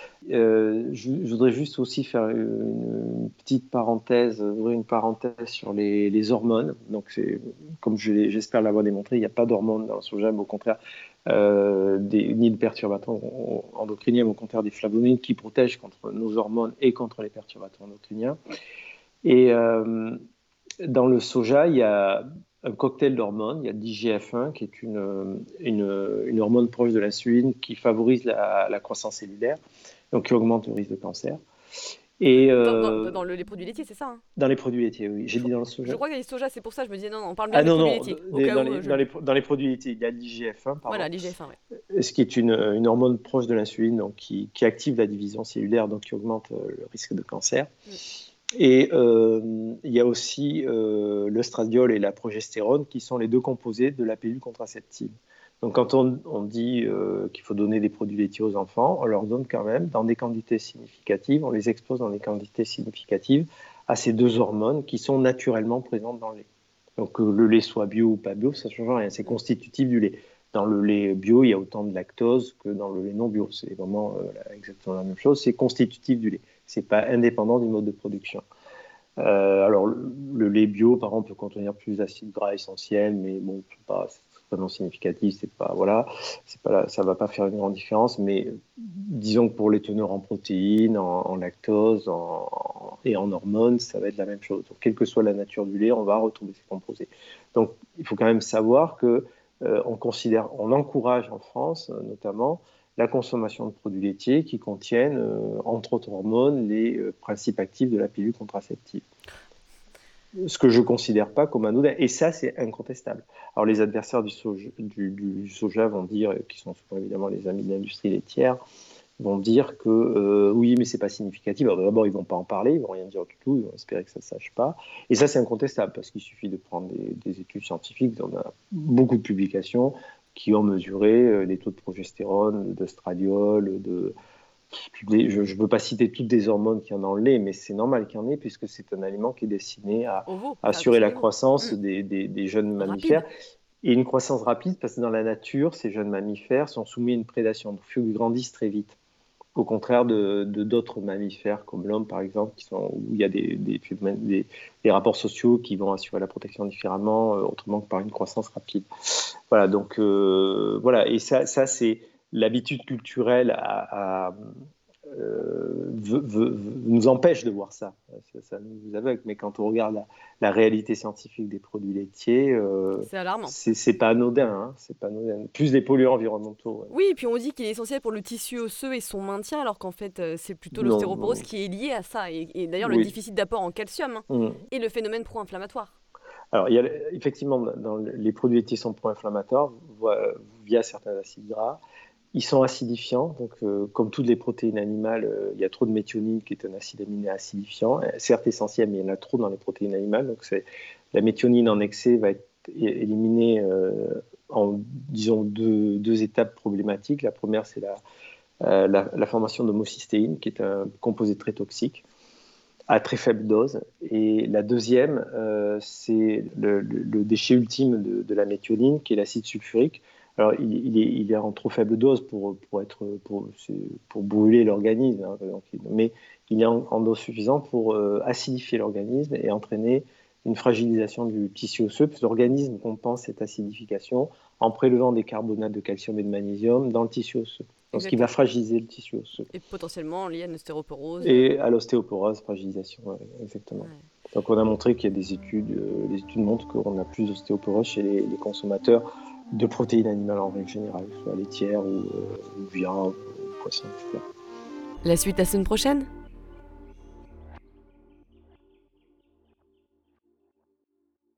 Je voudrais juste aussi faire une petite parenthèse, ouvrir une parenthèse sur les hormones. Donc, comme j'espère l'avoir démontré, il n'y a pas d'hormones dans le soja, mais au contraire, ni de perturbateurs endocriniens, mais au contraire des flavonoïdes qui protègent contre nos hormones et contre les perturbateurs endocriniens. Et dans le soja, il y a un cocktail d'hormones. Il y a l'IGF-1, qui est une hormone proche de l'insuline qui favorise la croissance cellulaire, donc qui augmente le risque de cancer. Et dans les produits laitiers, c'est ça Dans les produits laitiers, oui. J'ai dit dans le soja. Je crois qu'il y a les soja, c'est pour ça que je me disais non, on parle bien des produits laitiers. Dans les produits laitiers, il y a l'IGF-1, pardon. Voilà, l'IGF-1, oui. Ce qui est une hormone proche de l'insuline, donc qui active la division cellulaire, donc qui augmente le risque de cancer. Et il y a aussi l'œstradiol et la progestérone qui sont les deux composés de la pilule contraceptive. Donc quand on dit qu'il faut donner des produits laitiers aux enfants, on leur donne quand même dans des quantités significatives, on les expose dans des quantités significatives à ces deux hormones qui sont naturellement présentes dans le lait. Donc que le lait soit bio ou pas bio, ça ne change rien, c'est constitutif du lait. Dans le lait bio, il y a autant de lactose que dans le lait non bio. C'est vraiment exactement la même chose, c'est constitutif du lait. Ce n'est pas indépendant du mode de production. Alors, le lait bio, par exemple, peut contenir plus d'acides gras essentiels, mais bon, c'est vraiment significatif, ça va pas faire une grande différence, mais disons que pour les teneurs en protéines, en lactose et en hormones, ça va être la même chose. Donc, quelle que soit la nature du lait, on va retrouver ces composés. Donc, il faut quand même savoir que on encourage en France, notamment, la consommation de produits laitiers qui contiennent, entre autres hormones, les principes actifs de la pilule contraceptive. Ce que je ne considère pas comme anodin. Et ça, c'est incontestable. Alors, les adversaires du soja vont dire, qui sont souvent évidemment les amis de l'industrie laitière, vont dire que oui, mais ce n'est pas significatif. Alors, d'abord, ils ne vont pas en parler, ils ne vont rien dire du tout, ils vont espérer que ça ne se sache pas. Et ça, c'est incontestable, parce qu'il suffit de prendre des études scientifiques, on a beaucoup de publications qui ont mesuré les taux de progestérone, d'œstradiol, je ne veux pas citer toutes les hormones qu'il y en a dans le lait, mais c'est normal qu'il y en ait, puisque c'est un aliment qui est destiné à assurer la croissance des jeunes mammifères. Et une croissance rapide, parce que dans la nature, ces jeunes mammifères sont soumis à une prédation, donc ils grandissent très vite. Au contraire de d'autres mammifères, comme l'homme par exemple, où il y a des rapports sociaux qui vont assurer la protection différemment, autrement que par une croissance rapide. Voilà, donc voilà, et ça c'est l'habitude culturelle nous empêche de voir ça. Ça nous aveugle, mais quand on regarde la réalité scientifique des produits laitiers, c'est alarmant. C'est pas anodin, hein, c'est pas anodin. Plus les polluants environnementaux. Ouais. Oui, et puis on dit qu'il est essentiel pour le tissu osseux et son maintien, alors qu'en fait c'est plutôt l'ostéoporose qui est lié à ça, et d'ailleurs le déficit d'apport en calcium et le phénomène pro-inflammatoire. Alors, il y a, effectivement, dans les produits laitiers sont pro-inflammatoires via certains acides gras. Ils sont acidifiants, donc comme toutes les protéines animales, il y a trop de méthionine qui est un acide aminé acidifiant, certes essentiel, mais il y en a trop dans les protéines animales. Donc la méthionine en excès va être éliminée en, disons, deux étapes problématiques. La première, c'est la formation d'homocystéine, qui est un composé très toxique à très faible dose. Et la deuxième, c'est le déchet ultime de la méthionine, qui est l'acide sulfurique. Alors, il est en trop faible dose pour brûler l'organisme, hein, mais il est en dose suffisante pour acidifier l'organisme et entraîner une fragilisation du tissu osseux, parce que l'organisme compense cette acidification en prélevant des carbonates de calcium et de magnésium dans le tissu osseux. Donc, ce qui va fragiliser le tissu osseux. Et potentiellement lié à une ostéoporose. Et à l'ostéoporose, fragilisation, exactement. Ouais. Donc on a montré qu'il y a des études montrent qu'on a plus d'ostéoporose chez les consommateurs de protéines animales en règle générale, soit laitières ou viande, ou poisson, etc. La suite la semaine prochaine ?